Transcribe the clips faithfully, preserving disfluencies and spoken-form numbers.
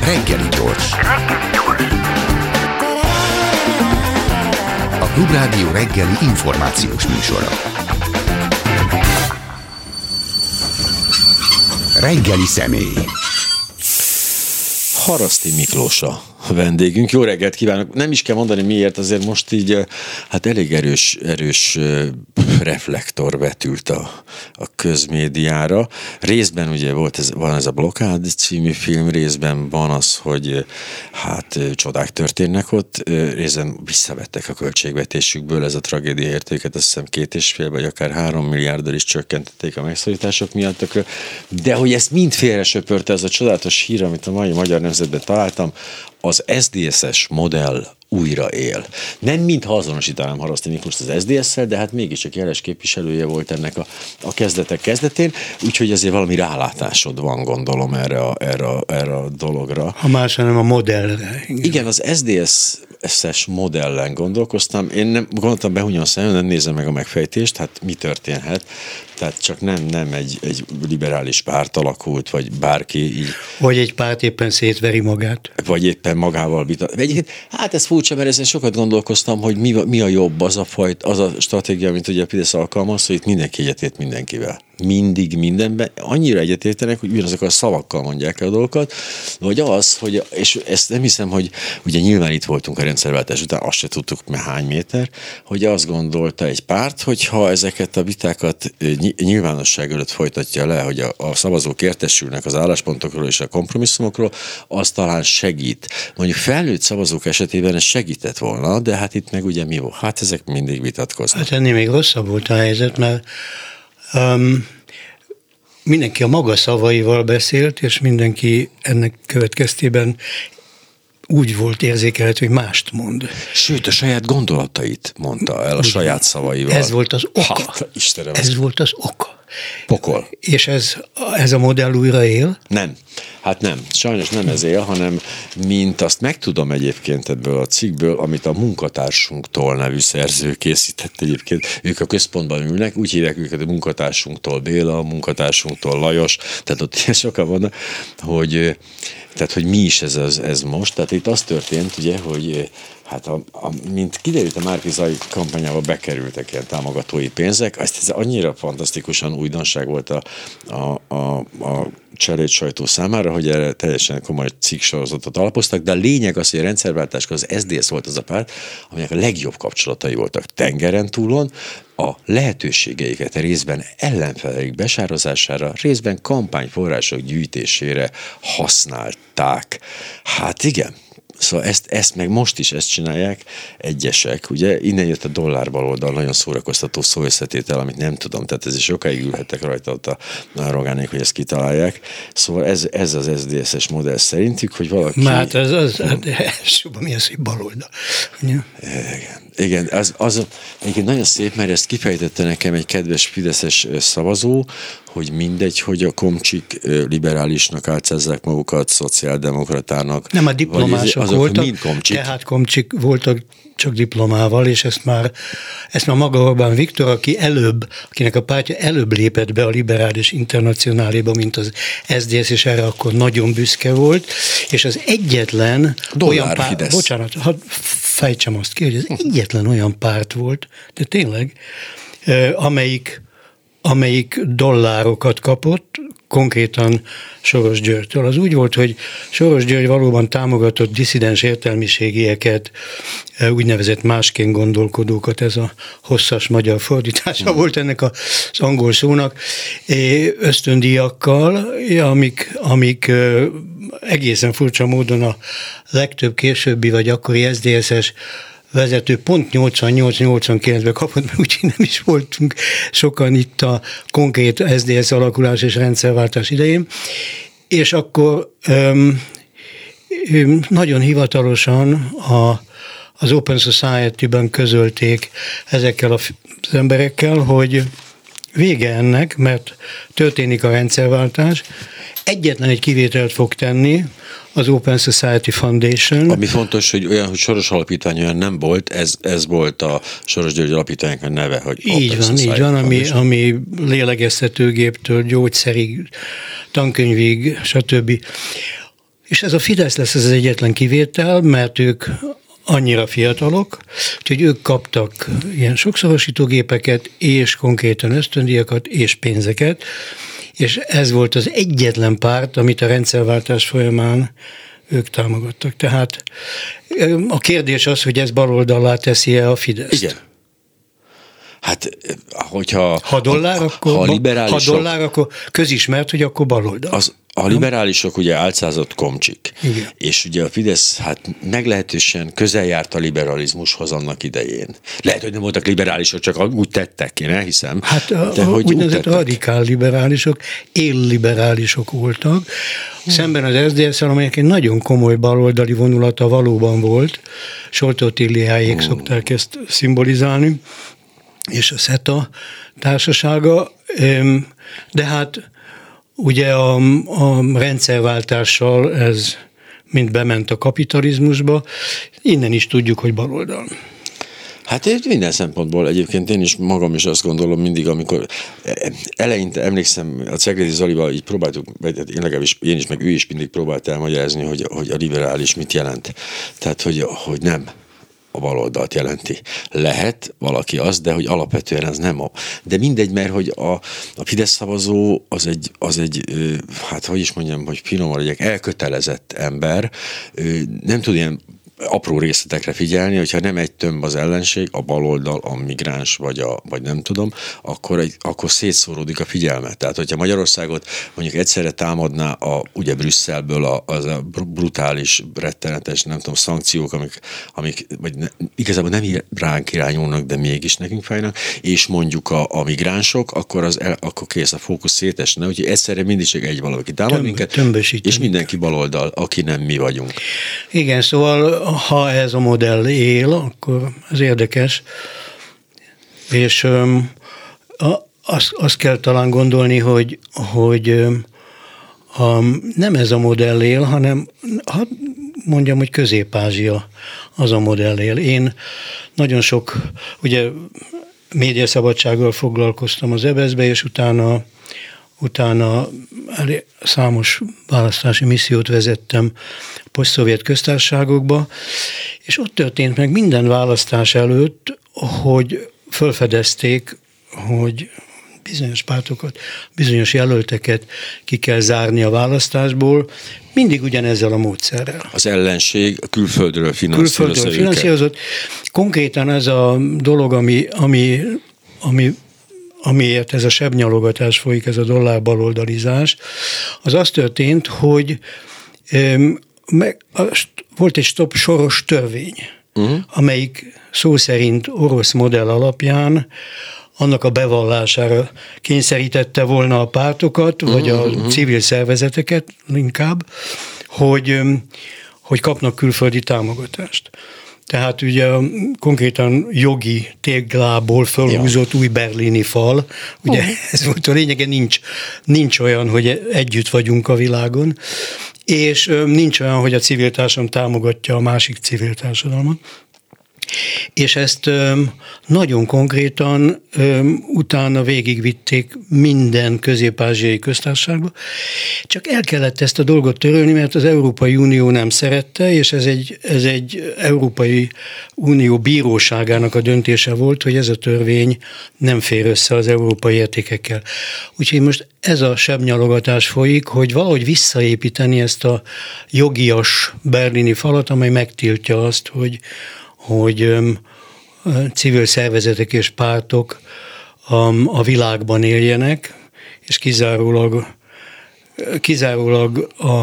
Reggeli gyors. A Klubrádió reggeli információs műsora. Reggeli személy. Haraszti Miklós a vendégünk. Jó reggelt kívánok! Nem is kell mondani miért, azért most így hát elég erős, erős reflektor vetült a, a közmédiára. Részben ugye volt ez, van ez a Blokád című film, részben van az, hogy hát csodák történnek ott, részben visszavettek a költségvetésükből ez a tragédia értéket, azt hiszem két és fél vagy akár három milliárddal is csökkentették a megszorítások miatt. De hogy ezt mind félre söpörte ez a csodálatos hír, amit a mai Magyar Nemzetben találtam, az es dé es-es modell újra él. Nem mintha azonosítanám Haraszti Miklóst az es dé es-szel, de hát mégiscsak jeles képviselője volt ennek a, a kezdetek kezdetén, úgyhogy azért valami rálátásod van, gondolom, erre a, erre a, erre a dologra. Ha más, hanem a modellre. Igen, Igen az es dé es-es modellen gondolkoztam. Én nem gondoltam, behúnyom a szemem, nem nézem meg a megfejtést, hát mi történhet. Tehát csak nem, nem egy, egy liberális párt alakult, vagy bárki így. Vagy egy párt éppen szétveri magát. Vagy éppen magával vitat. Hát ez furcsa, mert ezen sokat gondolkoztam, hogy mi, mi a jobb az a fajta, az a stratégia, mint ugye a Fidesz alkalmaz, hogy itt mindenki egyetért mindenkivel. Mindig mindenben. Annyira egyetértenek, hogy ugyanazokkal a szavakkal mondják el a dolgokat, vagy az, hogy, és ezt nem hiszem, hogy ugye nyilván itt voltunk a rendszerváltás után, azt se tudtuk, mert hány méter, hogy azt gondolta egy párt, hogy ha ezeket a vitákat nyilvánosság előtt folytatja le, hogy a, a szavazók értesülnek az álláspontokról és a kompromisszumokról, az talán segít. Mondjuk felnőtt szavazók esetében ez segített volna, de hát itt meg ugye mi volt? Hát ezek mindig vitatkoznak. Hát ennél még rosszabb volt a helyzet, mert um, mindenki a maga szavaival beszélt, és mindenki ennek következtében úgy volt érzékelhető, hogy mást mond. Sőt, a saját gondolatait mondta el a saját szavaival. Ez volt az oka. Hát, Istenem, ez volt az oka. Pokol. És ez, ez a modell újra él? Nem. Hát nem. Sajnos nem ez él, hanem mint azt megtudom egyébként ebből a cikkből, amit a Munkatársunktól nevű szerző készített egyébként. Ők a központban ülnek, úgy hívják őket a Munkatársunktól Béla, a Munkatársunktól Lajos, tehát ott ilyen sokan vannak, hogy, tehát, hogy mi is ez, ez, ez most. Tehát itt az történt, ugye, hogy hát a, a, mint kiderült, a Márki-Zay kampányába bekerültek ilyen támogatói pénzek, ezt ez annyira fantasztikusan újdonság volt a, a, a, a cserét sajtó számára, hogy erre teljesen komoly cikksorozatot alapoztak, de a lényeg az, hogy a rendszerváltáskor az es dé es volt az a párt, aminek a legjobb kapcsolatai voltak tengeren túlon, a lehetőségeiket részben ellenfeleik besározására, részben kampányforrások gyűjtésére használták. Hát igen. Szóval ezt, ezt meg most is ezt csinálják egyesek, ugye? Innen jött a dollár baloldal, nagyon szórakoztató szó összetétel, amit nem tudom, tehát ez is sokáig ülhettek rajta ott a, a Rogánék, hogy ezt kitalálják. Szóval ez, ez az es dé es-es modell szerintük, hogy valaki... Hát ez az, hát elsőbb, mi az, hogy baloldal. Igen, igen az, az egyébként nagyon szép, mert ezt kifejtette nekem egy kedves fideszes szavazó, hogy mindegy, hogy a komcsik liberálisnak álcázzák magukat, szociáldemokratának. Nem, a diplomások azok voltak, mind komcsik. tehát komcsik voltak csak diplomával, és ezt már, ezt már maga Orbán Viktor, aki előbb, akinek a pártja előbb lépett be a liberális internacionáléba, mint az es dé es, és erre akkor nagyon büszke volt, és az egyetlen Dollár olyan párt, Fidesz. bocsánat, hadd fejtsem azt ki, hogy az egyetlen olyan párt volt, de tényleg, amelyik amelyik dollárokat kapott, konkrétan Soros Györgytől. Az úgy volt, hogy Soros György valóban támogatott disszidens értelmiségieket, úgynevezett másként gondolkodókat, ez a hosszas magyar fordítása volt ennek az angol szónak, ösztöndíjakkal, amik, amik egészen furcsa módon a legtöbb későbbi vagy akkori es dé es-es vezető pont nyolcvannyolc nyolcvankilencben kapott, mert úgyhogy nem is voltunk sokan itt a konkrét es dé es alakulás és rendszerváltás idején, és akkor öm, nagyon hivatalosan a, az Open Society-ben közölték ezekkel az emberekkel, hogy vége ennek, mert történik a rendszerváltás, egyetlen egy kivételt fog tenni, az Open Society Foundation. Ami fontos, hogy olyan, hogy Soros Alapítvány olyan nem volt, ez, ez volt a Soros György Alapítványnak a neve, hogy így Open van, Society így van, ami, Foundation. ami lélegeztetőgéptől gyógyszerig, tankönyvig, stb. És ez a Fidesz lesz az egyetlen kivétel, mert ők annyira fiatalok, úgyhogy ők kaptak ilyen sokszorosítógépeket, és konkrétan ösztöndíjakat, és pénzeket, és ez volt az egyetlen párt, amit a rendszerváltás folyamán ők támogattak. Tehát a kérdés az, hogy ez baloldallá teszi-e a Fideszt. Igen. Hát, hogyha... Ha dollár, ha, akkor, ha, liberálisok, ha dollár, akkor közismert, hogy akkor baloldal. Az, a liberálisok ugye álcázott komcsik. Igen. És ugye a Fidesz hát meglehetősen közel járt a liberalizmushoz annak idején. Lehet, hogy nem voltak liberálisok, csak úgy tettek, én elhiszem. Hát a, de a, hogy úgynevezett radikál liberálisok, élliberálisok voltak. Hmm. Szemben az es zé dé es-szel, amelyek egy nagyon komoly baloldali vonulata valóban volt. Soltó-Tilliáék hmm. szokták ezt szimbolizálni, és a SZETA társasága, de hát ugye a, a rendszerváltással ez mind bement a kapitalizmusba, innen is tudjuk, hogy baloldal. Hát minden szempontból egyébként én is magam is azt gondolom mindig, amikor eleinte emlékszem, a Ceglédi Zolival így próbáltuk, én legalábbis én is, meg ő is mindig próbált elmagyarázni, hogy, hogy a liberális mit jelent. Tehát, hogy, hogy nem a baloldalt jelenti. Lehet valaki az, de hogy alapvetően ez nem a... De mindegy, mert hogy a, a Fidesz szavazó az egy, az egy, hát hogy is mondjam, hogy finoman legyek, elkötelezett ember, nem tud ilyen apró részletekre figyelni, hogyha nem egy tömb az ellenség, a baloldal, a migráns, vagy, a, vagy nem tudom, akkor, egy, akkor szétszóródik a figyelme. Tehát, hogyha Magyarországot mondjuk egyszerre támadná a, ugye Brüsszelből a, az a brutális, rettenetes, nem tudom, szankciók, amik, amik vagy ne, igazából nem ránk irányulnak, de mégis nekünk fájnak, és mondjuk a, a migránsok, akkor, az el, akkor kész, a fókusz szétesne, úgyhogy egyszerre mindig csak egy valaki támad Tömb, minket, és mindenki baloldal, aki nem mi vagyunk. Igen, szóval ha ez a modell él, akkor ez érdekes, és um, azt, azt kell talán gondolni, hogy, hogy um, nem ez a modell él, hanem ha mondjam, hogy Közép-Ázsia az a modell él. Én nagyon sok, ugye médiaszabadsággal foglalkoztam az é bé e es-be, és utána Utána számos választási missziót vezettem posztszovjet köztársaságokba, és ott történt meg minden választás előtt, hogy felfedezték, hogy bizonyos pártokat, bizonyos jelölteket ki kell zárni a választásból, mindig ugyanezzel a módszerrel. Az ellenség külföldről finanszírozza Külföldről finanszírozott. Konkrétan ez a dolog, ami, ami, ami amiért ez a sebnyalogatás folyik, ez a dollárbaloldalizás, az az történt, hogy um, meg, volt egy stop soros törvény, uh-huh. amelyik szó szerint orosz modell alapján annak a bevallására kényszerítette volna a pártokat, uh-huh. vagy a uh-huh. civil szervezeteket inkább, hogy, hogy kapnak külföldi támogatást. Tehát ugye konkrétan jogi téglából fölhúzott ja. új berlini fal, ugye oh. ez volt a lényege, nincs, nincs olyan, hogy együtt vagyunk a világon, és nincs olyan, hogy a civil társadalom támogatja a másik civil társadalmat. És ezt nagyon konkrétan utána végigvitték minden közép-ázsiai köztársaságba. Csak el kellett ezt a dolgot törölni, mert az Európai Unió nem szerette, és ez egy, ez egy Európai Unió bíróságának a döntése volt, hogy ez a törvény nem fér össze az európai értékekkel. Úgyhogy most ez a sebnyalogatás folyik, hogy valahogy visszaépíteni ezt a jogias berlini falat, amely megtiltja azt, hogy hogy civil szervezetek és pártok a világban éljenek, és kizárólag, kizárólag a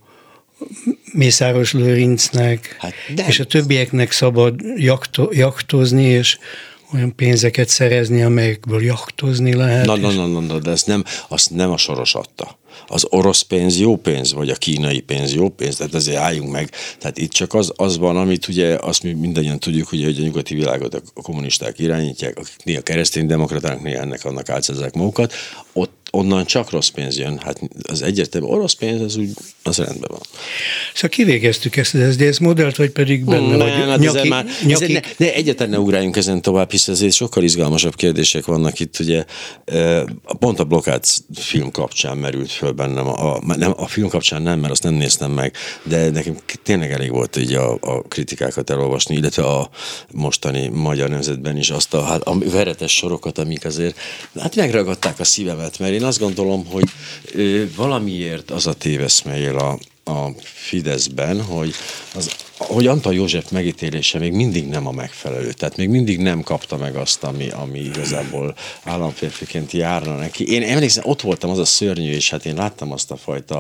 Mészáros Lőrincnek hát és a többieknek szabad jakto, jaktozni, és olyan pénzeket szerezni, amelyekből jaktozni lehet. Na, na, na, na, na, de ezt nem, azt nem a Soros adta. Az orosz pénz jó pénz, vagy a kínai pénz jó pénz, tehát azért álljunk meg. Tehát itt csak az, az van, amit ugye azt mi mindannyian tudjuk, ugye, hogy a nyugati világot a kommunisták irányítják, akik néha keresztény demokraták, néha ennek annak álcázzák magukat. ott onnan csak rossz pénz jön. Hát az egyértelmű orosz pénz, az úgy, az rendben van. Szóval kivégeztük ezt az es dé es modellt, vagy pedig benne hmm, vagy hát nyaki, már, nyaki... Ne, ne, egyáltalán ne ugráljunk ezen tovább, hisz ezért sokkal izgalmasabb kérdések vannak itt, ugye pont a blokkád film kapcsán merült föl bennem, a, a, nem, a film kapcsán nem, mert azt nem néztem meg, de nekem tényleg elég volt így a, a kritikákat elolvasni, illetve a mostani Magyar Nemzetben is azt a, hát, a veretes sorokat, amik azért hát megragadták a szívemet, mert én azt gondolom, hogy ö, valamiért az a téveszme él a, a Fideszben, hogy, az, hogy Antal József megítélése még mindig nem a megfelelő. Tehát még mindig nem kapta meg azt, ami, ami igazából államférfiként járna neki. Én emlékszem, ott voltam, az a szörnyű, és hát én láttam azt a fajta,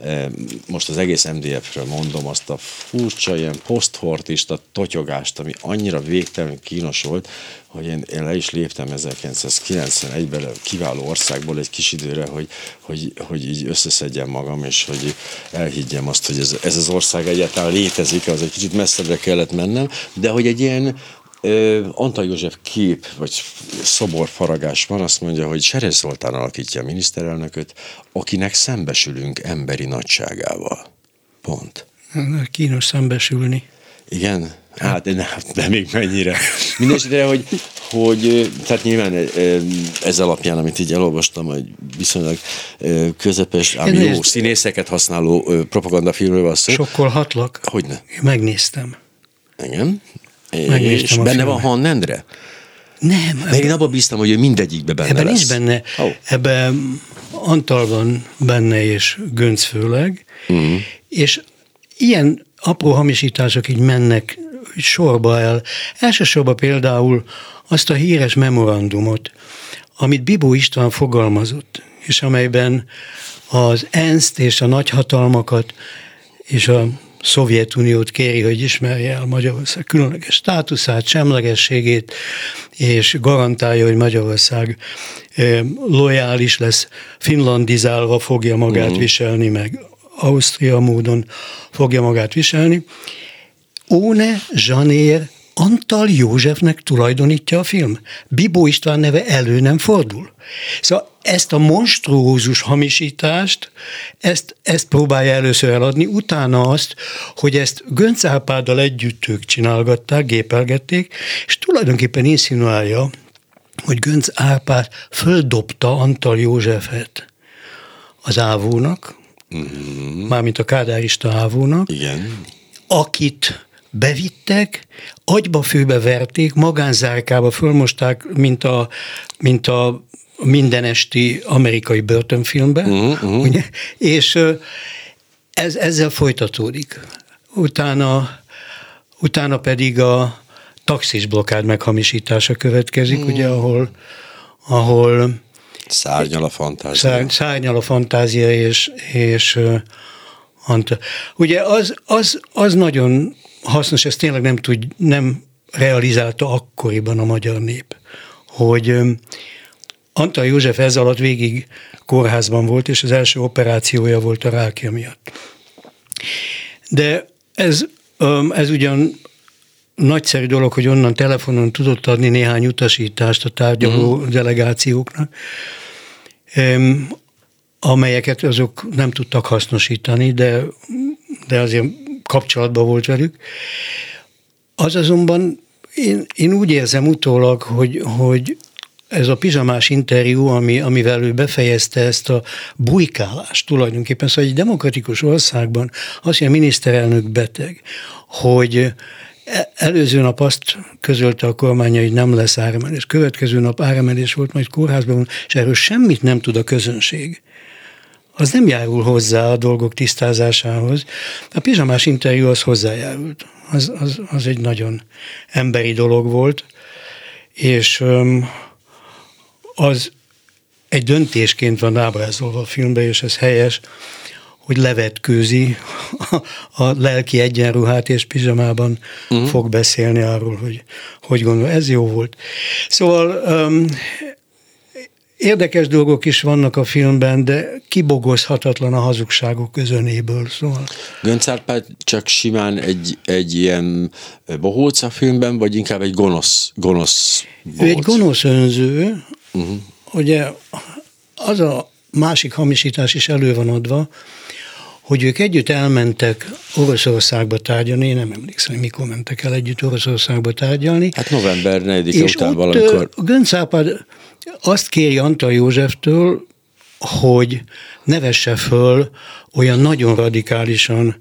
most az egész em dé ef-ről mondom, azt a furcsa, ilyen poszthortista totyogást, ami annyira végtelenül kínos volt, hogy én, én le is léptem ezerkilencszázkilencvenegyben kiváló országból egy kis időre, hogy, hogy, hogy így összeszedjem magam, és hogy elhiggyem azt, hogy ez, ez az ország egyáltalán létezik, az egy kicsit messzebbre kellett mennem, de hogy egy ilyen ö, Antal József kép, vagy szoborfaragás van, azt mondja, hogy Seres Zoltán alakítja a miniszterelnököt, akinek szembesülünk emberi nagyságával. Pont. Kínos szembesülni. Igen? Hát, de, de még mennyire. Mindenesetre, hogy, hogy tehát nyilván ez alapján, amit így elolvastam, hogy viszonylag közepes, ám jó nézd, színészeket használó propagandafilmről van szó. Sokkolhatlak? Hogyne? Én megnéztem. Igen? Megnéztem és benne van Han Endre? Nem. Mert én abban bíztam, hogy ő mindegyikben benne ebben lesz. Nincs benne. Oh. Ebben Antal van benne, és Gönc főleg, uh-huh. és ilyen apró hamisítások így mennek sorba el. Elsősorban például azt a híres memorandumot, amit Bibó István fogalmazott, és amelyben az ENSZ-t és a nagyhatalmakat és a Szovjetuniót kéri, hogy ismerje el Magyarország különleges státuszát, semlegességét, és garantálja, hogy Magyarország lojális lesz, finlandizálva fogja magát uh-huh. viselni, meg Ausztria módon fogja magát viselni. Óne Zsanér Antal Józsefnek tulajdonítja a film. Bibó István neve elő nem fordul. Szóval ezt a monstrózus hamisítást, ezt, ezt próbálja először eladni, utána azt, hogy ezt Gönc Árpáddal együtt ők csinálgatták, gépelgették, és tulajdonképpen insinuálja, hogy Gönc Árpád földobta Antal Józsefet az ávónak, mm-hmm. mármint a kádárista ávónak, igen. akit bevittek, agyba főbe verték, magánzárkába fölmosták, mint a, mint a mindenesti amerikai börtönfilmben, uh-huh. ugye? És ez, ezzel folytatódik. Utána, utána pedig a taxis blokkád meghamisítása következik, uh-huh. ugye, ahol, ahol szárnyal a fantázia. Szár, szárnyal a fantázia, és, és Anta. Ugye az, az, az nagyon hasznos, ezt tényleg nem tud, nem realizálta akkoriban a magyar nép, hogy Antal József ez alatt végig kórházban volt, és az első operációja volt a rákja miatt. De ez, ez ugyan nagyszerű dolog, hogy onnan telefonon tudott adni néhány utasítást a tárgyaló mm. delegációknak, amelyeket azok nem tudtak hasznosítani, de, de azért kapcsolatban volt velük. Az azonban én, én úgy érzem utólag, hogy, hogy ez a pizsamás interjú, ami, amivel ő befejezte ezt a bujkálást tulajdonképpen, szóval egy demokratikus országban az, hogy a miniszterelnök beteg, hogy előző nap azt közölte a kormánya, hogy nem lesz áremelés, következő nap áremelés volt, majd kórházban, és erről semmit nem tud a közönség. Az nem járul hozzá a dolgok tisztázásához. A pizsamás interjú az hozzájárult. Az, az, az egy nagyon emberi dolog volt, és az egy döntésként van ábrázolva a filmben, és ez helyes, hogy levetkőzi a, a lelki egyenruhát, és pizsamában uh-huh. fog beszélni arról, hogy hogy gondol. Ez jó volt. Szóval um, érdekes dolgok is vannak a filmben, de kibogozhatatlan a hazugságok közönéből. Szóval. Gönc Árpád csak simán egy, egy ilyen bohóc a filmben, vagy inkább egy gonosz, gonosz bohóc? Ő egy gonosz önző, uh-huh. ugye az a másik hamisítás is elő van adva, hogy ők együtt elmentek Oroszországba tárgyalni, én nem emlékszem, hogy mikor mentek el együtt Oroszországba tárgyalni. Hát november negyedike és után ott valamikor. Göncz Árpád azt kéri Antall Józseftől, hogy nevesse föl olyan nagyon radikálisan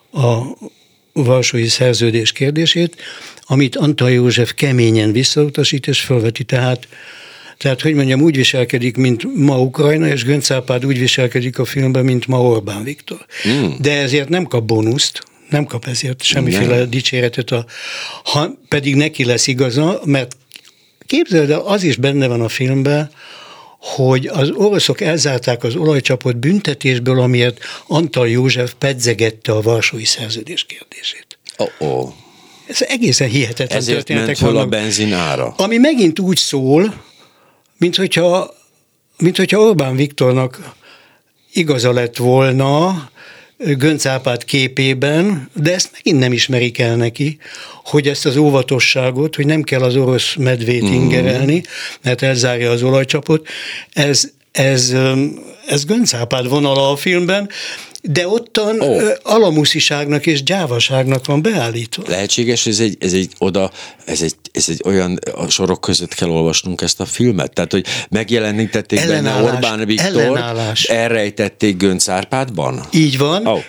a Varsói Szerződés kérdését, amit Antall József keményen visszautasít és fölveti. Tehát, tehát, hogy mondjam, úgy viselkedik, mint ma Ukrajna, és Göncz Árpád úgy viselkedik a filmben, mint ma Orbán Viktor. Mm. De ezért nem kap bónuszt, nem kap ezért semmiféle nem. dicséretet, a, ha pedig neki lesz igaza, mert képzeld el, az is benne van a filmben, hogy az oroszok elzárták az olajcsapot büntetésből, amiért Antall József pedzegette a Varsói Szerződés kérdését. Oh-oh. Ez egészen hihetetlen ezért történetek ment föl vannak. a benzin ára. Ami megint úgy szól, mint hogyha, mint hogyha Orbán Viktornak igaza lett volna Göncz Árpád képében, de ezt megint nem ismerik el neki, hogy ezt az óvatosságot, hogy nem kell az orosz medvét mm. ingerelni, mert elzárja az olajcsapot, ez, ez, ez Göncz Árpád vonala a filmben, de ottan oh. alamusziságnak és gyávaságnak van beállítva. Lehetséges, ez egy, ez egy oda, ez egy, ez egy olyan a sorok között kell olvasnunk ezt a filmet? Tehát, hogy megjelenítették benne Orbán Viktort, elrejtették Göncz Árpádban? Így van, oh.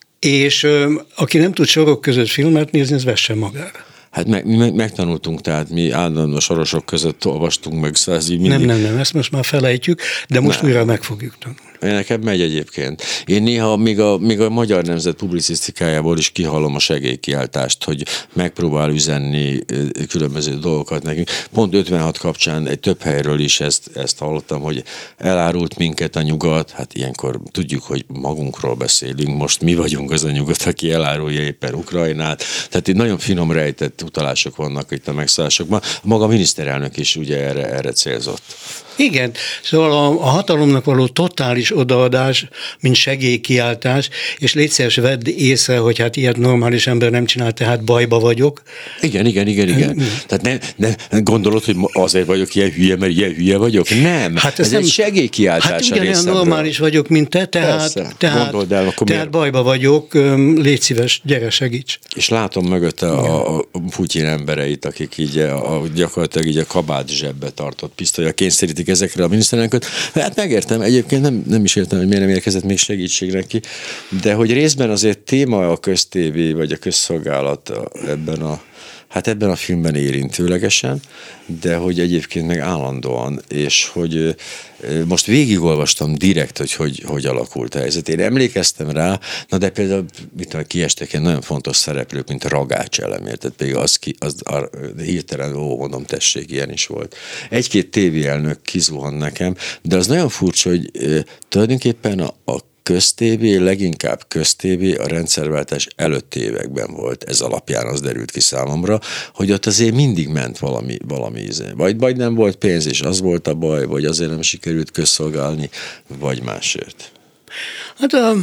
és ö, aki nem tud sorok között filmet nézni, az vesse magára. Hát meg, mi meg, megtanultunk, tehát mi állandóan a sorosok között olvastunk meg, szóval ez így mindig... Nem, nem, nem, ezt most már felejtjük, de most nem. újra meg fogjuk tanulni. Nekem megy egyébként. Én néha még a, még a Magyar Nemzet publicisztikájából is kihallom a segélykiáltást, hogy megpróbál üzenni különböző dolgokat nekünk. Pont ötvenhat kapcsán egy több helyről is ezt, ezt hallottam, hogy elárult minket a nyugat, hát ilyenkor tudjuk, hogy magunkról beszélünk, most mi vagyunk az a nyugat, aki elárulja éppen Ukrajnát. Tehát itt nagyon finom rejtett utalások vannak itt a megszállásokban. Maga a miniszterelnök is ugye erre, erre célzott. Igen, szóval a, a hatalomnak való totális odaadás, mint segélykiáltás, és légy szíves, vedd észre, hogy hát ilyet normális ember nem csinál, tehát bajba vagyok. Igen, igen, igen, igen. Tehát ne, ne gondolod, hogy azért vagyok ilyen hülye, mert ilyen hülye vagyok? Nem, hát ez, ez nem, egy segélykiáltás hát a részemről. Hát ugyanilyen normális vagyok, mint te, tehát, tehát, el, tehát bajba vagyok, légy szíves, gyere, segíts. És látom mögötte a, a Putyin embereit, akik így a, a, gyakorlatilag így a kabát zsebbe tartott pisztolya kényszerítik ezekre a miniszterelnököt. Hát megértem, egyébként nem, nem is értem, hogy miért nem érkezett még segítség neki, de hogy részben azért téma a köztévé, vagy a közszolgálat ebben a, hát ebben a filmben érintőlegesen, de hogy egyébként meg állandóan, és hogy most végigolvastam direkt, hogy hogy, hogy alakult a helyzet. Én emlékeztem rá, na de például mit kiestek egy nagyon fontos szereplők, mint a Ragács Elemér, tehát például az, ki, az a, hirtelen, ó, mondom, tessék, ilyen is volt. Egy-két tévéelnök kizuhan nekem, de az nagyon furcsa, hogy e, tulajdonképpen a, a köztévé, leginkább köztévé a rendszerváltás előtti években volt, ez alapján az derült ki számomra, hogy ott azért mindig ment valami, valami íze. Vagy, vagy nem volt pénz, és az volt a baj, vagy azért nem sikerült közszolgálni, vagy másért. Hát a,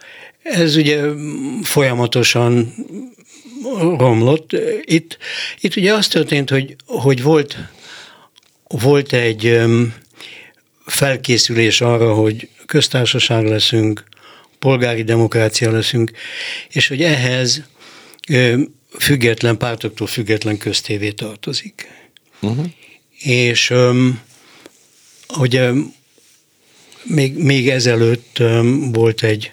ez ugye folyamatosan romlott. Itt, itt ugye az történt, hogy, hogy volt, volt egy felkészülés arra, hogy köztársaság leszünk, polgári demokrácia leszünk, és hogy ehhez független pártoktól független köztévé tartozik. Uh-huh. És ugye még, még ezelőtt volt egy,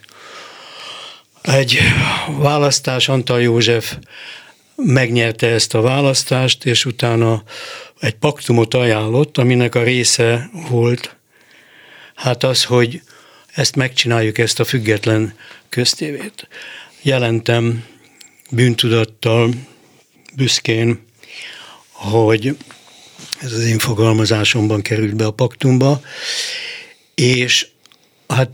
egy választás, Antall József megnyerte ezt a választást, és utána egy paktumot ajánlott, aminek a része volt hát az, hogy ezt megcsináljuk, ezt a független köztévét. Jelentem bűntudattal, büszkén, hogy ez az én fogalmazásomban került be a paktumba, és hát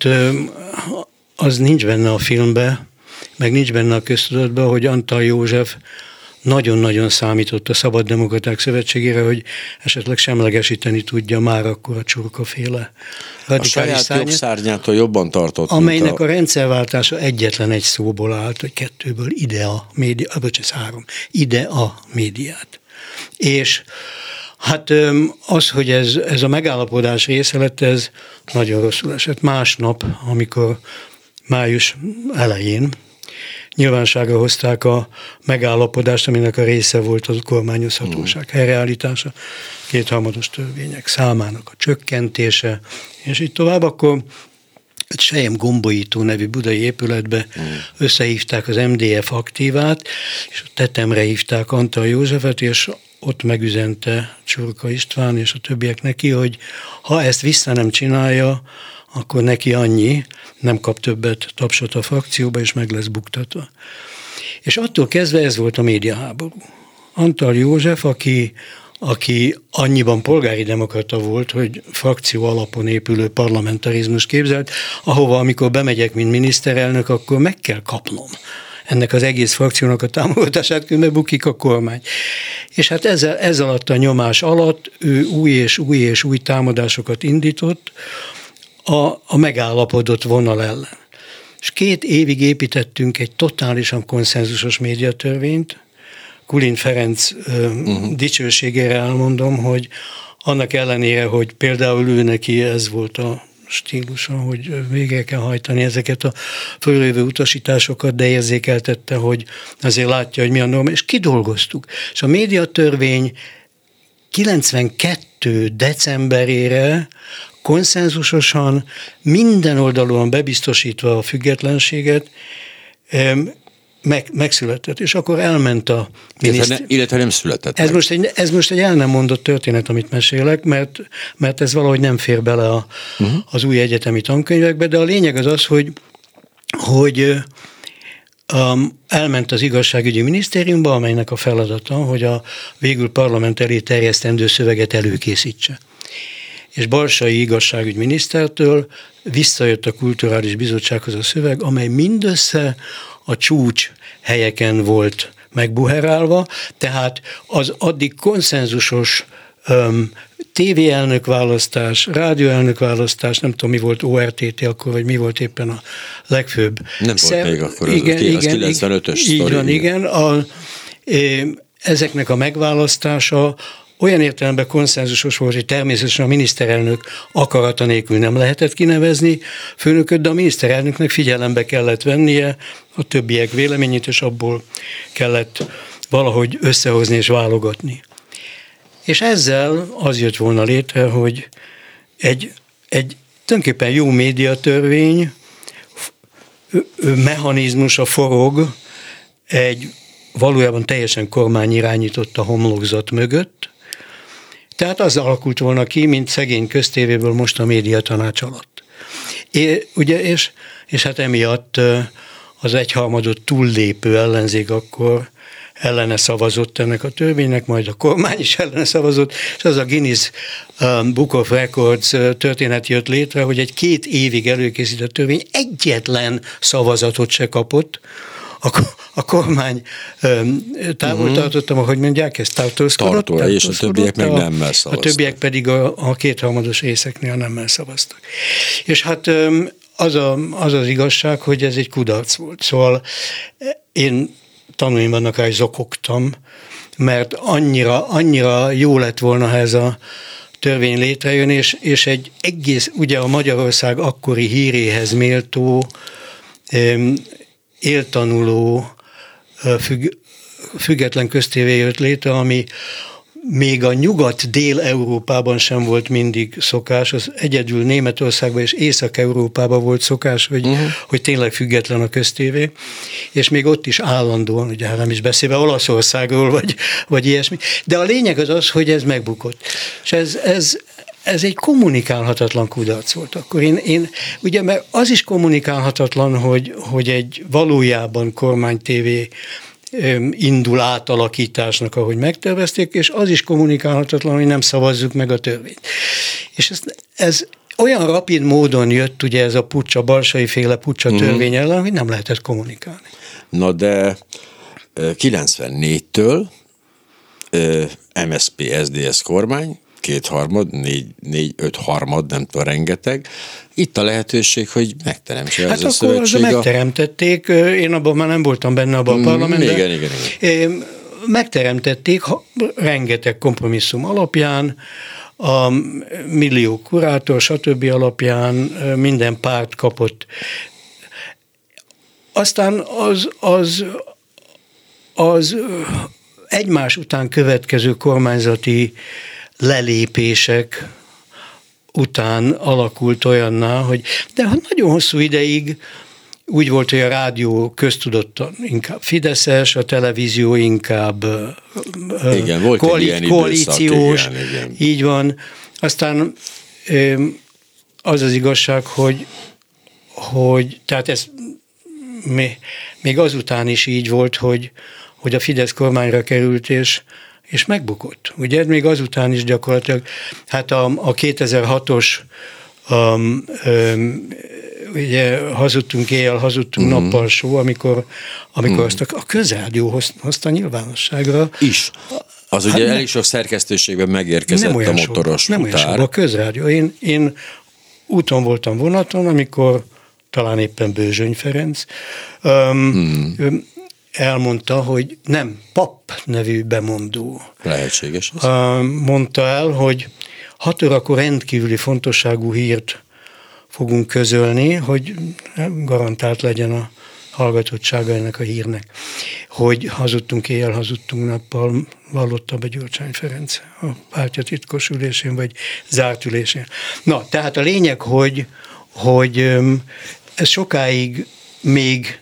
az nincs benne a filmbe, meg nincs benne a köztudatban, hogy Antall József nagyon-nagyon számított a Szabaddemokraták Szövetségére, hogy esetleg semlegesíteni tudja már akkor a Csurka-féle radikális a saját jogszárnyától jobban tartott. Amelynek a... a rendszerváltása egyetlen egy szóból állt, vagy kettőből, ide a média, bocsánat, három, ide a médiát. És Hát az, hogy ez, ez a megállapodás része lett, ez nagyon rosszul esett. Másnap, amikor május elején nyilvánosságra hozták a megállapodást, aminek a része volt a kormányozhatóság helyreállítása, kétharmados törvények számának a csökkentése, és így tovább, akkor egy Sejem Gombolyító nevű budai épületbe mm. összehívták az em dé ef aktívát, és a tetemre hívták Antal Józsefet, és ott megüzente Csurka István és a többiek neki, hogy ha ezt vissza nem csinálja, akkor neki annyi, nem kap többet tapsot a frakcióba, és meg lesz buktatva. És attól kezdve ez volt a médiaháború. Antal József, aki, aki annyiban polgári demokrata volt, hogy frakció alapon épülő parlamentarizmus képzelt, ahova amikor bemegyek, mint miniszterelnök, akkor meg kell kapnom ennek az egész frakciónak a támogatását, különben bukik a kormány. És hát ez, ez alatt a nyomás alatt ő új és új és új támadásokat indított a, a megállapodott vonal ellen. És két évig építettünk egy totálisan konszenzusos médiatörvényt. Kulin Ferenc uh-huh. dicsőségére elmondom, hogy annak ellenére, hogy például ő neki ez volt a stílusa, hogy végre kell hajtani ezeket a fölrévő utasításokat, de érzékeltette, hogy azért látja, hogy mi a norma, és kidolgoztuk. És a médiatörvény kilencvenkettő decemberére konszenzusosan, minden oldalon bebiztosítva a függetlenséget, Meg, megszületett, és akkor elment a miniszter... Illetve, illetve nem született ez most, egy, ez most egy el nem mondott történet, amit mesélek, mert, mert ez valahogy nem fér bele a, uh-huh. az új egyetemi tankönyvekbe, de a lényeg az az, hogy, hogy um, elment az igazságügyi minisztériumba, amelynek a feladata, hogy a végül parlament elé terjesztendő szöveget előkészítse. És Balsai igazságügyminisztertől visszajött a Kulturális Bizottsághoz a szöveg, amely mindössze a csúcs helyeken volt megbuherálva, tehát az addig konszenzusos um, tévéelnök választás, rádióelnök választás, nem tudom mi volt, o er té té akkor, vagy mi volt éppen a legfőbb. Nem Szer- volt még akkor, az, igen, az igen, kilencvenötös így sztori. van, igen. A, ezeknek a megválasztása olyan értelemben konszenzusos volt, hogy természetesen a miniszterelnök akarata nélkül nem lehetett kinevezni főnököt, de a miniszterelnöknek figyelembe kellett vennie a többiek véleményét, és abból kellett valahogy összehozni és válogatni. És ezzel az jött volna létre, hogy egy, egy tulajdonképpen jó médiatörvény mechanizmusa forog egy valójában teljesen kormányirányított a homlokzat mögött. Tehát az alakult volna ki, mint szegény köztévéből most a médiatanács alatt. É, ugye, és, és hát emiatt az egyharmadot túllépő ellenzék akkor ellene szavazott ennek a törvénynek, majd a kormány is ellene szavazott, és az a Guinness um, Book of Records történet jött létre, hogy egy két évig előkészített törvény egyetlen szavazatot se kapott. A, a kormány um, távol uh-huh. tartottam, ahogy mondják, ezt tartózkodott. Tartóra, és a többiek meg nemmel szavaztak. A többiek pedig a, a kétharmados részeknél nemmel szavaztak. És hát um, az, a, az az igazság, hogy ez egy kudarc volt. Szóval én tanulmányban akár zokogtam, mert annyira, annyira jó lett volna, ha ez a törvény létrejön, és, és egy egész, ugye a Magyarország akkori híréhez méltó, um, éltanuló, függ, független köztévé jött létre, ami még a Nyugat-Dél-Európában sem volt mindig szokás, az egyedül Németországban és Észak-Európában volt szokás, hogy, uh-huh. hogy tényleg független a köztévé, és még ott is állandóan, ugye nem is beszélve Olaszországról, vagy, vagy ilyesmi, de a lényeg az az, hogy ez megbukott. És ez, ez Ez egy kommunikálhatatlan kudarc volt akkor. Én, én, ugye, mert az is kommunikálhatatlan, hogy, hogy egy valójában kormánytévé indul átalakításnak, ahogy megtervezték, és az is kommunikálhatatlan, hogy nem szavazzuk meg a törvényt. És ez, ez olyan rapid módon jött ugye ez a pucsa, Balsai féle pucsa mm. törvény ellen, hogy nem lehetett kommunikálni. Na de kilencvennégytől em es zé pé es dé es kormány, kétharmad, négy, négy, öt harmad, nem tudom, rengeteg. Itt a lehetőség, hogy megteremtse hát ez a szövetség. Hát akkor megteremtették, én abban már nem voltam benne abban a parlamentben. Igen, igen, igen. megteremtették rengeteg kompromisszum alapján, a millió kurátor, stb. Alapján minden párt kapott. Aztán az, az, az egymás után következő kormányzati lelépések után alakult olyanná, hogy de nagyon hosszú ideig úgy volt, hogy a rádió köztudottan inkább fideszes, a televízió inkább igen, volt koalí- egy koalíciós, időszak, igen, igen. Így van. Aztán az az igazság, hogy, hogy tehát ez még, még azután is így volt, hogy, hogy a Fidesz kormányra került, és, és megbukott. Ugye még azután is gyakorlatilag, hát a, a kétezer-hatos um, um, ugye hazudtunk éjjel, hazudtunk uh-huh. nappal show, amikor, amikor uh-huh. azt a, a közrádió hoz, hozta nyilvánosságra. Is. Az hát ugye ne, elég sok szerkesztőségben megérkezett a motoros sok, nem futár. Nem olyan sok, a közrádió. Én, én úton voltam vonaton, amikor talán éppen Bőzsöny Ferenc um, uh-huh. elmondta, hogy nem, Pap nevű bemondó. Lehetséges az. Um, mondta el, hogy hat órakor rendkívüli fontosságú hírt fogunk közölni, hogy garantált legyen a hallgatottsága ennek a hírnek, hogy hazudtunk éjjel, hazudtunk nappal, vallotta be Gyurcsány Ferenc a pártja titkos ülésén, vagy zárt ülésén. Na, tehát a lényeg, hogy, hogy ez sokáig még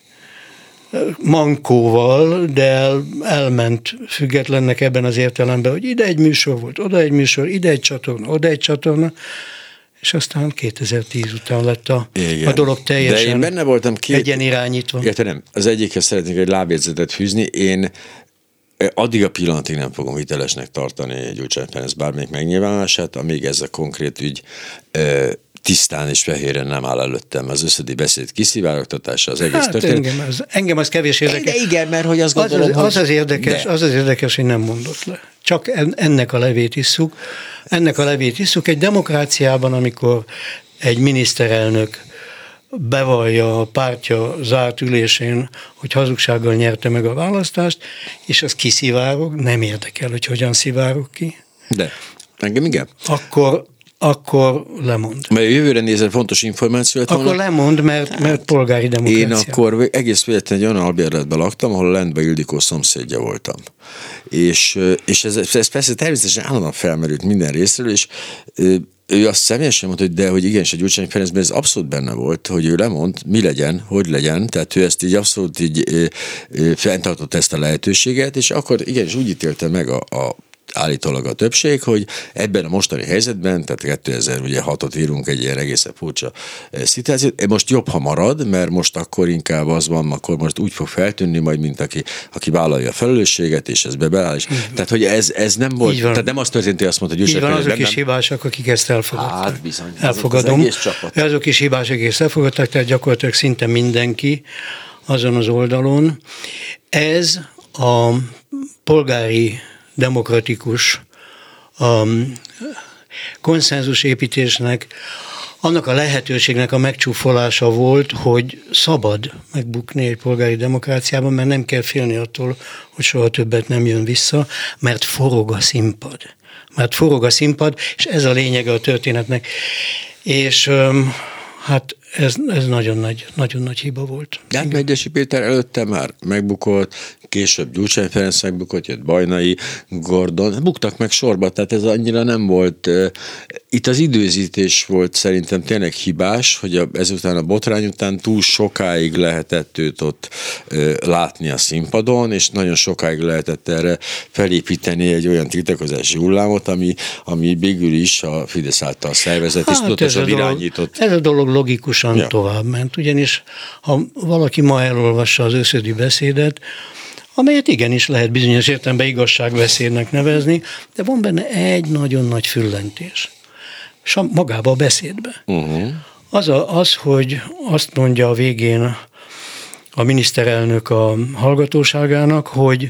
mankóval, de el, elment függetlennek ebben az értelemben, hogy ide egy műsor volt, oda egy műsor, ide egy csatorna, oda egy csatorna, és aztán kétezer-tíz után lett a, a dolog teljesen. De én benne voltam két... egyenirányítva. Értem, az egyikhez szeretnék egy lábjegyzetet fűzni. Én addig a pillanatig nem fogom hitelesnek tartani Gyurcsány Ferenc bármelyik megnyilvánulását, amíg ez a konkrét ügy tisztán és fehéren nem áll előttem. Az összödi beszéd kiszivárogtatása, az egész hát történet. Engem az, engem az kevés érdekes. De igen, mert hogy azt gondolom, az, az, az, az, érdekes, az az érdekes, hogy nem mondott le. Csak ennek a levét isszuk. Ennek a levét isszuk egy demokráciában, amikor egy miniszterelnök bevallja a pártja zárt ülésén, hogy hazugsággal nyerte meg a választást, és az kiszivárog, nem érdekel, hogy hogyan szivárog ki. De, engem igen. Akkor akkor lemond. Mert jövőre nézve fontos információ lett volna. Akkor lemond, mert, mert polgári demokrácia. Én akkor egész véletlenül egy olyan albérletben laktam, ahol Lendbe Ildikó szomszédja voltam. És, és ez, ez persze természetesen állandóan felmerült minden részről, és ő azt személyesen mondta, hogy de, hogy igenis a Gyurcsány Ferencben ez abszolút benne volt, hogy ő lemond, mi legyen, hogy legyen, tehát ő ezt így abszolút így fenntartott ezt a lehetőséget, és akkor igenis úgy ítélte meg a, a állítólag a többség, hogy ebben a mostani helyzetben, tehát kétezer-hatot írunk, egy ilyen egészen furcsa szituációt, most jobb, ha marad, mert most akkor inkább az van, akkor most úgy fog feltűnni majd, mint aki, aki vállalja a felelősséget, és ez bebeáll. És, tehát, hogy ez, ez nem volt, tehát nem az történt, hogy azt mondta, hogy Így van, azok is hibásak, akik ezt elfogadták. Hát bizony, elfogadom. Az egész csapat. Azok is hibásak, akik ezt elfogadták, tehát gyakorlatilag szinte mindenki azon az oldalon. Ez a polgári demokratikus um, konszenzusépítésnek, annak a lehetőségnek a megcsúfolása volt, hogy szabad megbukni egy polgári demokráciában, mert nem kell félni attól, hogy soha többet nem jön vissza, mert forog a színpad. Mert forog a színpad, és ez a lényege a történetnek. És um, hát ez, ez nagyon nagy, nagyon nagy hiba volt. De hát Medgyessy Péter előtte már megbukott, később Gyurcsány Ferenc megbukott, jött Bajnai, Gordon, buktak meg sorba, tehát ez annyira nem volt. Itt az időzítés volt szerintem tényleg hibás, hogy a, ezután a botrány után túl sokáig lehetett őt ott látni a színpadon, és nagyon sokáig lehetett erre felépíteni egy olyan tiltakozási hullámot, ami, ami végül is a Fidesz által szervezett, hát és tudatosan irányított. Ez a dolog logikusan ja. tovább ment, ugyanis ha valaki ma elolvassa az összödi beszédet, amelyet igenis lehet bizonyos értelemben igazságbeszédnek nevezni, de van benne egy nagyon nagy füllentés. És magába a beszédbe. Uh-huh. Az, a, az, hogy azt mondja a végén a miniszterelnök a hallgatóságának, hogy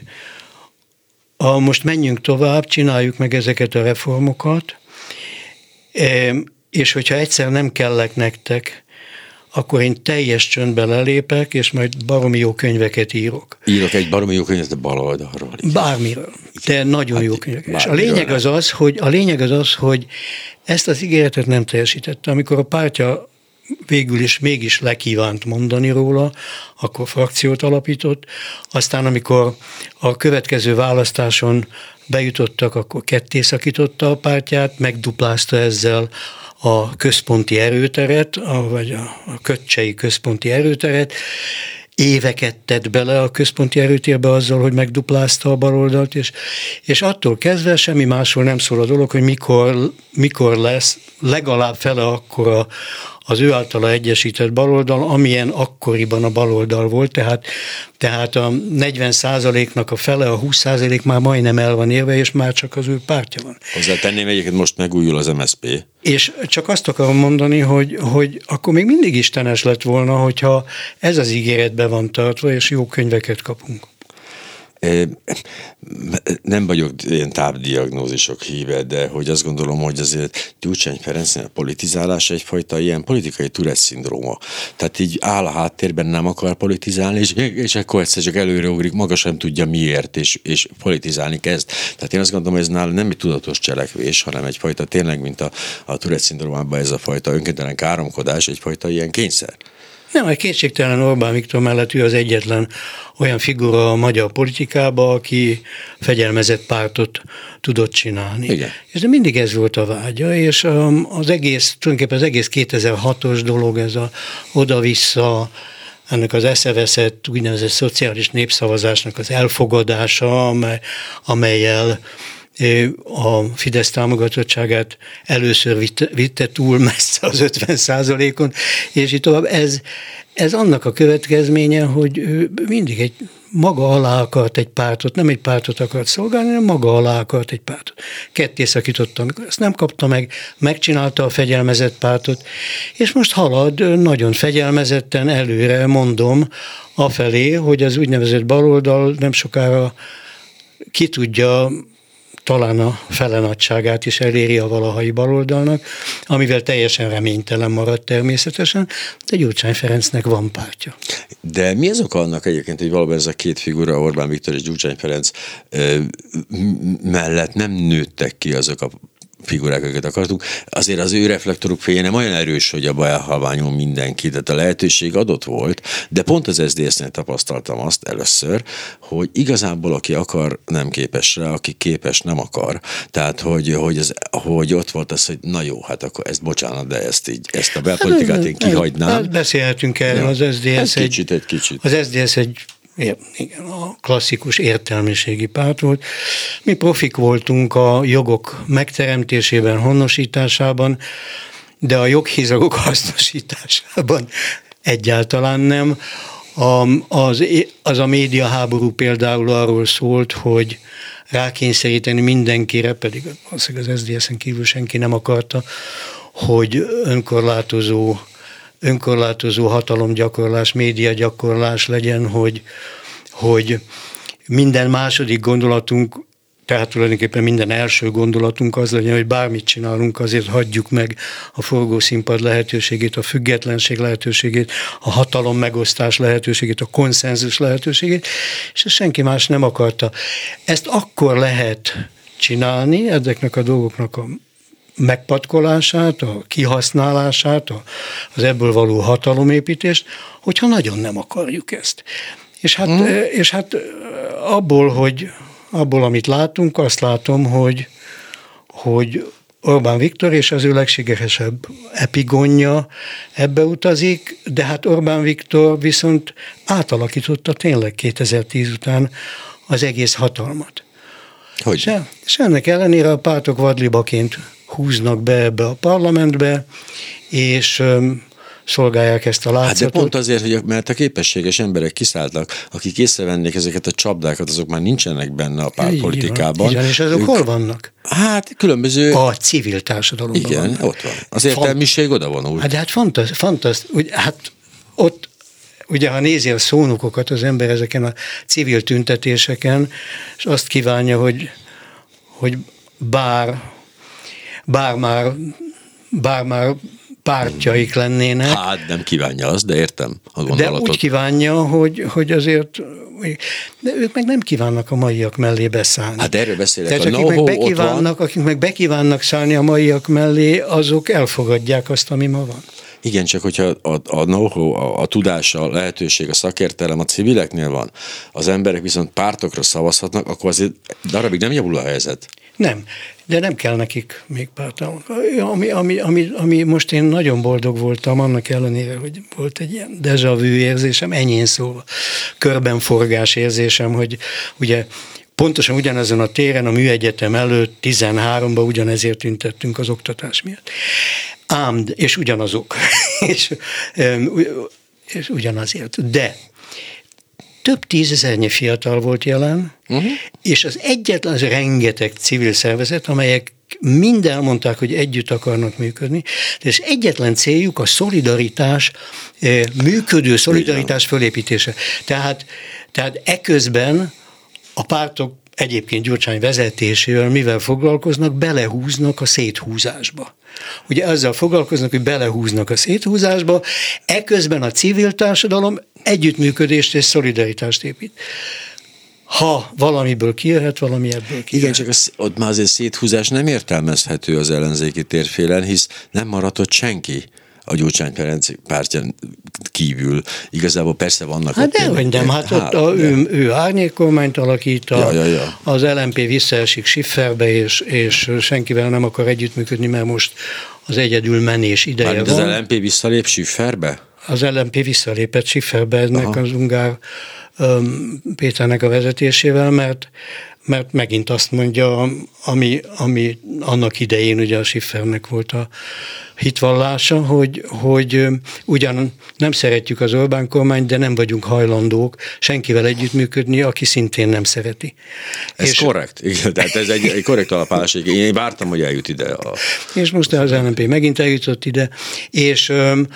a, most menjünk tovább, csináljuk meg ezeket a reformokat, és hogyha egyszer nem kellek nektek, akkor én teljes csöndben lelépek, és majd baromi jó könyveket írok. Írok egy baromi jó könyvet a baloldalról. Bármiről, de nagyon hát, jó könyveket. És a lényeg az az, hogy, a lényeg az az, hogy ezt az ígéretet nem teljesítette. Amikor a pártja végül is mégis lekívánt mondani róla, akkor frakciót alapított, aztán amikor a következő választáson bejutottak, akkor ketté szakította a pártját, megduplázta ezzel a központi erőteret, vagy a kötcsei központi erőteret, éveket tett bele a központi erőtérbe azzal, hogy megduplázta a baloldalt, és, és attól kezdve semmi másról nem szól a dolog, hogy mikor, mikor lesz legalább fele akkora az ő általa egyesített baloldal, amilyen akkoriban a baloldal volt, tehát, tehát a negyven százaléknak a fele, a húsz százalék már majdnem el van érve, és már csak az ő pártja van. Hozzátenném, egyébként most megújul az em es zé pé. És csak azt akarom mondani, hogy, hogy akkor még mindig istenes lett volna, hogyha ez az ígéretbe van tartva, és jó könyveket kapunk. Nem vagyok ilyen tápdiagnózisok híve, de hogy azt gondolom, hogy azért Gyurcsány Ferencnek a politizálása egyfajta ilyen politikai Tourette-szindróma. Tehát így áll a háttérben, nem akar politizálni, és, és akkor egyszer csak előreugrik, maga sem tudja miért, és, és politizálni kezd. Tehát én azt gondolom, hogy ez nála nem egy tudatos cselekvés, hanem egyfajta tényleg, mint a, a Tourette-szindrómában ez a fajta önkéntelen káromkodás, egyfajta ilyen kényszer. Nem, egy kétségtelen Orbán Viktor mellett ő az egyetlen olyan figura a magyar politikában, aki fegyelmezett pártot tudott csinálni. Igen. És de mindig ez volt a vágya, és az egész, tulajdonképpen az egész kétezer-hatos dolog, ez a oda-vissza, ennek az eszeveszett úgynevezett szociális népszavazásnak az elfogadása, amely, amelyel a Fidesz támogatottságát először vitte, vitte túl messze az ötven százalékon, és így tovább. Ez, ez annak a következménye, hogy ő mindig egy maga alá akart egy pártot, nem egy pártot akart szolgálni, hanem maga alá akart egy pártot. Ketté szakította, amikor ezt nem kapta meg, megcsinálta a fegyelmezett pártot, és most halad nagyon fegyelmezetten előre, mondom, afelé, hogy az úgynevezett baloldal nem sokára ki tudja, talán a fele nagyságát is eléri a valahai baloldalnak, amivel teljesen reménytelen maradt természetesen, de Gyurcsány Ferencnek van pártja. De mi az oka annak egyébként, hogy valóban ez a két figura, Orbán Viktor és Gyurcsány Ferenc mellett nem nőttek ki azok a figurák, őket akartunk, azért az ő reflektoruk fénye nem olyan erős, hogy abba elhalványul mindenki, tehát a lehetőség adott volt, de pont az es zé dé es-nél tapasztaltam azt először, hogy igazából aki akar, nem képes rá, aki képes, nem akar. Tehát, hogy, hogy, az, hogy ott volt az, hogy na jó, hát akkor ezt bocsánat, de ezt így, ezt a belpolitikát én kihagynám. Hát beszélhetünk erről, ja. Az es zé dé es egy kicsit, egy kicsit. Az es zé dé es egy igen, a klasszikus értelmiségi párt volt. Mi profik voltunk a jogok megteremtésében, honosításában, de a joghézagok hasznosításában egyáltalán nem. A, az, az a médiaháború például arról szólt, hogy rákényszeríteni mindenkire, pedig az az es zé dé es-en kívül senki nem akarta, hogy önkorlátozó önkorlátozó hatalomgyakorlás, médiagyakorlás legyen, hogy, hogy minden második gondolatunk, tehát tulajdonképpen minden első gondolatunk az legyen, hogy bármit csinálunk, azért hagyjuk meg a forgószínpad lehetőségét, a függetlenség lehetőségét, a hatalom megosztás lehetőségét, a konszenzus lehetőségét, és ezt senki más nem akarta. Ezt akkor lehet csinálni, ezeknek a dolgoknak a megpatkolását, a kihasználását, az ebből való hatalomépítést, hogyha nagyon nem akarjuk ezt. És hát, mm. és hát abból, hogy, abból, amit látunk, azt látom, hogy, hogy Orbán Viktor és az ő legsikeresebb epigonja ebbe utazik, de hát Orbán Viktor viszont átalakította tényleg kétezer-tíz után az egész hatalmat. Hogy? És, és ennek ellenére a pártok vadlibaként húznak be ebbe a parlamentbe, és öm, szolgálják ezt a látszatot. Hát de pont azért, hogy mert a képességes emberek kiszálltak, akik észrevennék ezeket a csapdákat, azok már nincsenek benne a pártpolitikában. Igen, és azok ők, hol vannak? Hát különböző... A civil társadalomban igen, vannak. Ott van. Az értelmiség oda vonul. Hát, hát fantasztikus, fantasztikus. Hát ott ugye, ha nézi a szónokokat az ember ezeken a civil tüntetéseken, és azt kívánja, hogy, hogy bár, bár, már, bár már pártjaik lennének. Hát nem kívánja azt, de értem a gondolatot. De úgy kívánja, hogy, hogy azért, de ők meg nem kívánnak a maiak mellé beszállni. Hát erről beszélek. Tehát a akik, know-how meg ott bekívánnak, van. akik meg bekívánnak szállni a maiak mellé, azok elfogadják azt, ami ma van. Igen, csak hogyha a, a know-how, a, a tudás, a lehetőség, a szakértelem a civileknél van, az emberek viszont pártokra szavazhatnak, akkor azért darabig nem javul a helyzet. Nem, de nem kell nekik még pártálnak. Ami, ami, ami, ami most én nagyon boldog voltam, annak ellenére, hogy volt egy ilyen déjà vu érzésem, enyhén szólva, körbenforgás érzésem, hogy ugye pontosan ugyanazon a téren, a Műegyetem előtt tizenháromban ugyanezért tüntettünk az oktatás miatt. Ám, és ugyanazok, és, és ugyanazért. De több tízezernyi fiatal volt jelen, uh-huh. és az egyetlen, az rengeteg civil szervezet, amelyek mind elmondták, hogy együtt akarnak működni, de az egyetlen céljuk a szolidaritás, működő szolidaritás fölépítése. Tehát, tehát eközben a pártok egyébként Gyurcsány vezetésével mivel foglalkoznak, belehúznak a széthúzásba. Ugye ezzel foglalkoznak, hogy belehúznak a széthúzásba, eközben a civil társadalom együttműködést és szolidaritást épít. Ha valamiből kijöhet, valami ebből kijöhet. Igen, csak az, ott már azért széthúzás nem értelmezhető az ellenzéki térfélen, hisz nem maradott senki a Gyurcsány-Ferenc pártján kívül. Igazából persze vannak... Hát de, hogy nem, hát ott a, ő, ő árnyékkormányt alakít, a, ja, ja, ja. az el em pé visszaesik Schifferbe, és, és senkivel nem akar együttműködni, mert most az egyedül menés ideje Mármint van. az el em pé visszalép Schifferbe? Az el em pé visszalépett Schifferbe, ennek Aha. az Ungár um, Péternek a vezetésével, mert mert megint azt mondja, ami, ami annak idején ugye a Schiffernek volt a hitvallása, hogy, hogy ugyan nem szeretjük az Orbán kormányt, de nem vagyunk hajlandók senkivel együttműködni, aki szintén nem szereti. Ez és, korrekt, igen, tehát ez egy, egy korrekt alapállás. Én vártam, hogy eljut ide. A... És most az el em pé megint eljutott ide, és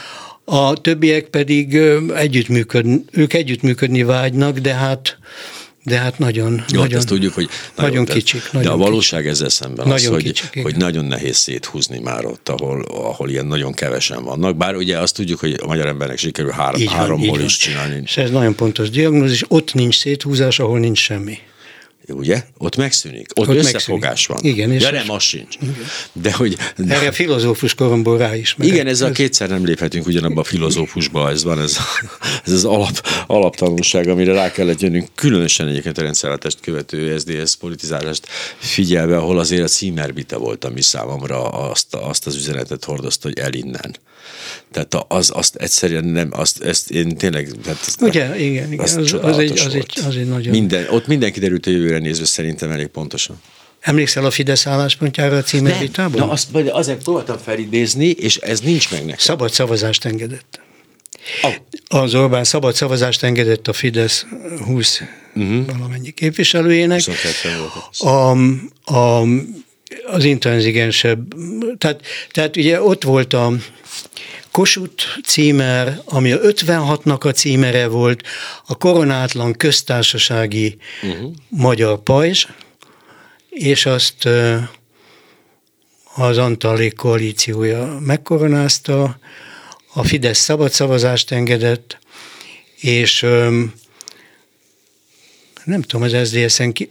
a többiek pedig együttműködni, ők együttműködni vágynak, de hát De hát nagyon, jó, nagyon, ezt tudjuk, hogy nagyon, nagyon de, kicsik. De nagyon a valóság kicsik. ezzel szemben nagyon az, kicsik, hogy, hogy nagyon nehéz széthúzni már ott, ahol, ahol ilyen nagyon kevesen vannak. Bár ugye azt tudjuk, hogy a magyar embernek sikerül három, így van, háromból így is csinálni. És ez nagyon pontos diagnózis. Ott nincs széthúzás, ahol nincs semmi. Ugye? Ott megszűnik. Ott, Ott összefogás van. Igen, és ja nem, az sincs. Igen. De hogy... Erre a filozófus koromból ráismerek. Igen, ezzel ez... kétszer nem léphetünk ugyanabba a filozófusba, ez van, ez, ez az alap, alaptanulság, amire rá kellett jönnünk, különösen egyébként a rendszerváltást követő es zé dé es politizálást figyelve, ahol azért a címervita volt, ami számomra azt, azt az üzenetet hordozta, hogy el innen. Tehát az, azt egyszerűen nem, azt, ezt én tényleg... Tehát ugye, igen, igen, az, az, az, egy, az, egy, az egy nagyon... Minden, ott minden kiderült a jövőre nézve szerintem elég pontosan. Emlékszel a Fidesz álláspontjára a címervitában? Na, azt, azért próbáltam felidézni, és ez nincs meg nekem. Szabad szavazást engedett. Oh. Az Orbán szabad szavazást engedett a Fidesz húsz uh-huh. valamennyi képviselőjének. A, a, az intranszigensebb, tehát, tehát ugye ott volt a Kossuth címer, ami a ötvenhatnak a címere volt, a koronátlan köztársasági uh-huh. magyar pajzs, és azt az Antallék koalíciója megkoronázta, a Fidesz szabad szavazást engedett, és nem tudom, az es zé dé es-en ki,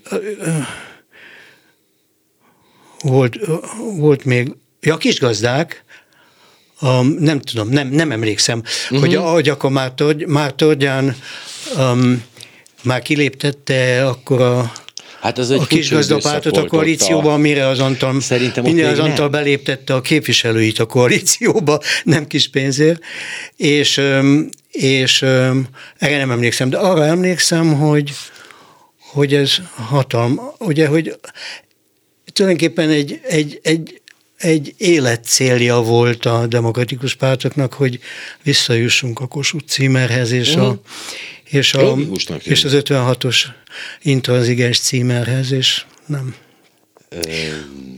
volt, volt még, ja, Kisgazdák, Um, nem tudom, nem, nem emlékszem, uh-huh. hogy, hogy akkor már, Tord, már Tordján um, már kiléptette akkor a, hát az egy a Kisgazdapártot a koalícióba, a... mire az Antal, mire az Antal beléptette a képviselőit a koalícióba, nem kis pénzért, és, és erre nem emlékszem, de arra emlékszem, hogy, hogy ez hatalma, ugye, hogy tulajdonképpen egy, egy, egy egy életcélja volt a demokratikus pártoknak, hogy visszajussunk a Kossuth címerhez, és, uh-huh. a, és, a, és az ötvenhatos intranzigens címerhez, és nem.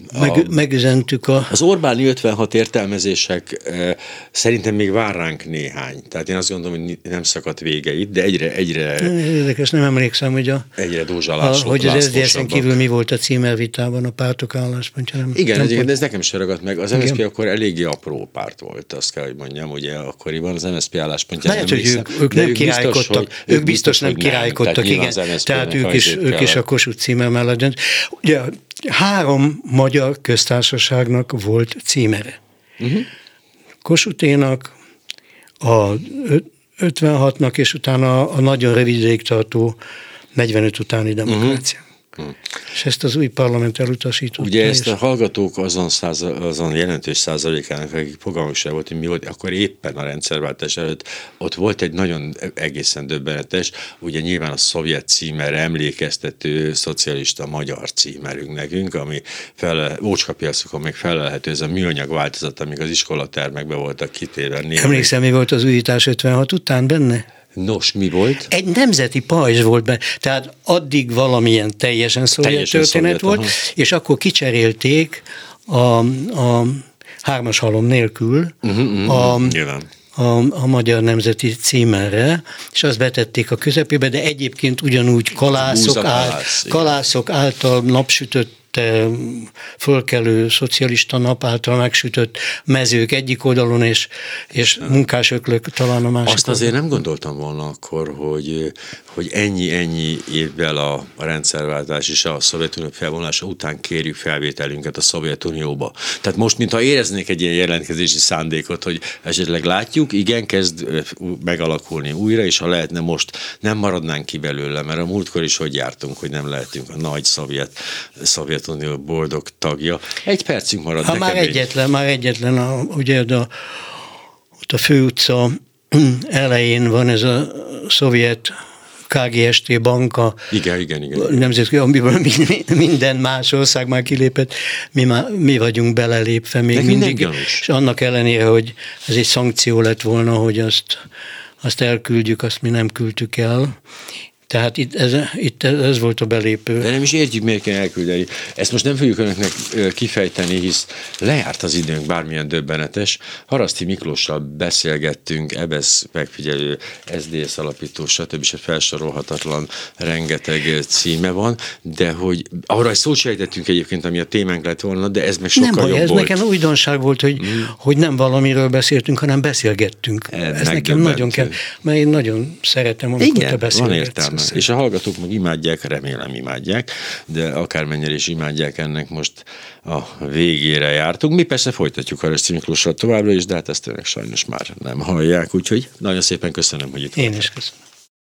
Meg, a, megüzentük a... Az Orbáni ötvenhat értelmezések e, szerintem még vár ránk néhány. Tehát én azt gondolom, hogy nem szakadt vége itt, de egyre... egyre Érdekes, nem emlékszem, hogy a... Egyre dózsalások, hogy az es zé dé es-en kívül mi volt a címervitában a pártok álláspontja. Nem, igen, nem ez, pont... de ez nekem sem ragadt meg. Az em es zé pé akkor eléggé apró párt volt, azt kell, hogy mondjam, ugye akkoriban az em es zé pé álláspontja. Lehet, hogy ők, ők nem királykodtak, ők, ők biztos nem királykodtak, igen. Tehát ők is, ők is a Kossuth címer mellett dönt. Ugye három magyar köztársaságnak volt címere. Uh-huh. Kossuth-énak, a ötvenhatnak, és utána a nagyon rövid ideig tartó negyvenöt utáni demokrácia. Uh-huh. Hmm. És ezt az új parlament elutasította. Ugye ezt a hallgatók azon, száza, azon jelentős százalékának, akik fogalmuk sem volt, hogy mi volt, akkor éppen a rendszerváltás előtt ott volt egy nagyon egészen döbbenetes, ugye nyilván a szovjet címerre emlékeztető szocialista magyar címerünk nekünk, ami fel, ócskapiacokon még felelhető, ez a műanyag változat, amik az iskolatermekbe voltak kitéve. Emlékszem, mi volt az újítás ötvenhat után benne? Nos, mi volt? Egy nemzeti pajzs volt benne, tehát addig valamilyen teljesen szovjet teljesen történet szovjet, volt, aha. És akkor kicserélték a, a hármas halom nélkül uh-huh, uh-huh, a, a, a magyar nemzeti címerre, és azt betették a közepébe, de egyébként ugyanúgy kalászok, áll, kalászok által napsütött fölkelő szocialista nap által megsütött mezők egyik oldalon, és, és munkásöklök talán a másik. Azt azért nem gondoltam volna akkor, hogy, hogy ennyi-ennyi évvel a, a rendszerváltás és a Szovjetunió felvonulása után kérjük felvételünket a Szovjetunióba. Tehát most, mintha éreznék egy ilyen jelentkezési szándékot, hogy esetleg látjuk, igen, kezd megalakulni újra, és ha lehetne most nem maradnánk ki belőle, mert a múltkor is hogy jártunk, hogy nem lehetünk a nagy szovjet, szovjet Unió boldog tagja. Egy percünk marad. Ha már egyetlen, egy... már egyetlen, a, ugye a, ott a főutca elején van ez a szovjet ká gé es té banka. Igen, igen, igen. Nemzetközi, amiből minden más ország már kilépett, mi, már, mi vagyunk belelépve még Nekünk mindig. És annak ellenére, hogy ez egy szankció lett volna, hogy azt, azt elküldjük, azt mi nem küldtük el. Tehát itt ez, itt ez volt a belépő. De nem is értjük, miért kell elküldeni. Ezt most nem fogjuk önöknek kifejteni, hisz lejárt az időnk, bármilyen döbbenetes. Haraszti Miklóssal beszélgettünk, EBESZ megfigyelő, es zé dé es alapító, stb. Se felsorolhatatlan rengeteg címe van, de hogy arra egy szót sejtettünk egyébként, ami a témánk lett volna, de ez meg sokkal nem baj, jobb ez volt. Nekem újdonság volt, hogy, mm. hogy nem valamiről beszéltünk, hanem beszélgettünk. Ez nekem nagyon kell, mert én nagyon szeretem, amikor igen, te beszélgetsz. Van értelme. És a hallgatók meg imádják, remélem imádják, de akármennyire is imádják, ennek most a végére jártunk. Mi persze folytatjuk Haraszti Miklóssal továbbra is, de hát ezt önök sajnos már nem hallják, úgyhogy nagyon szépen köszönöm, hogy itt Én voltak. is köszönöm.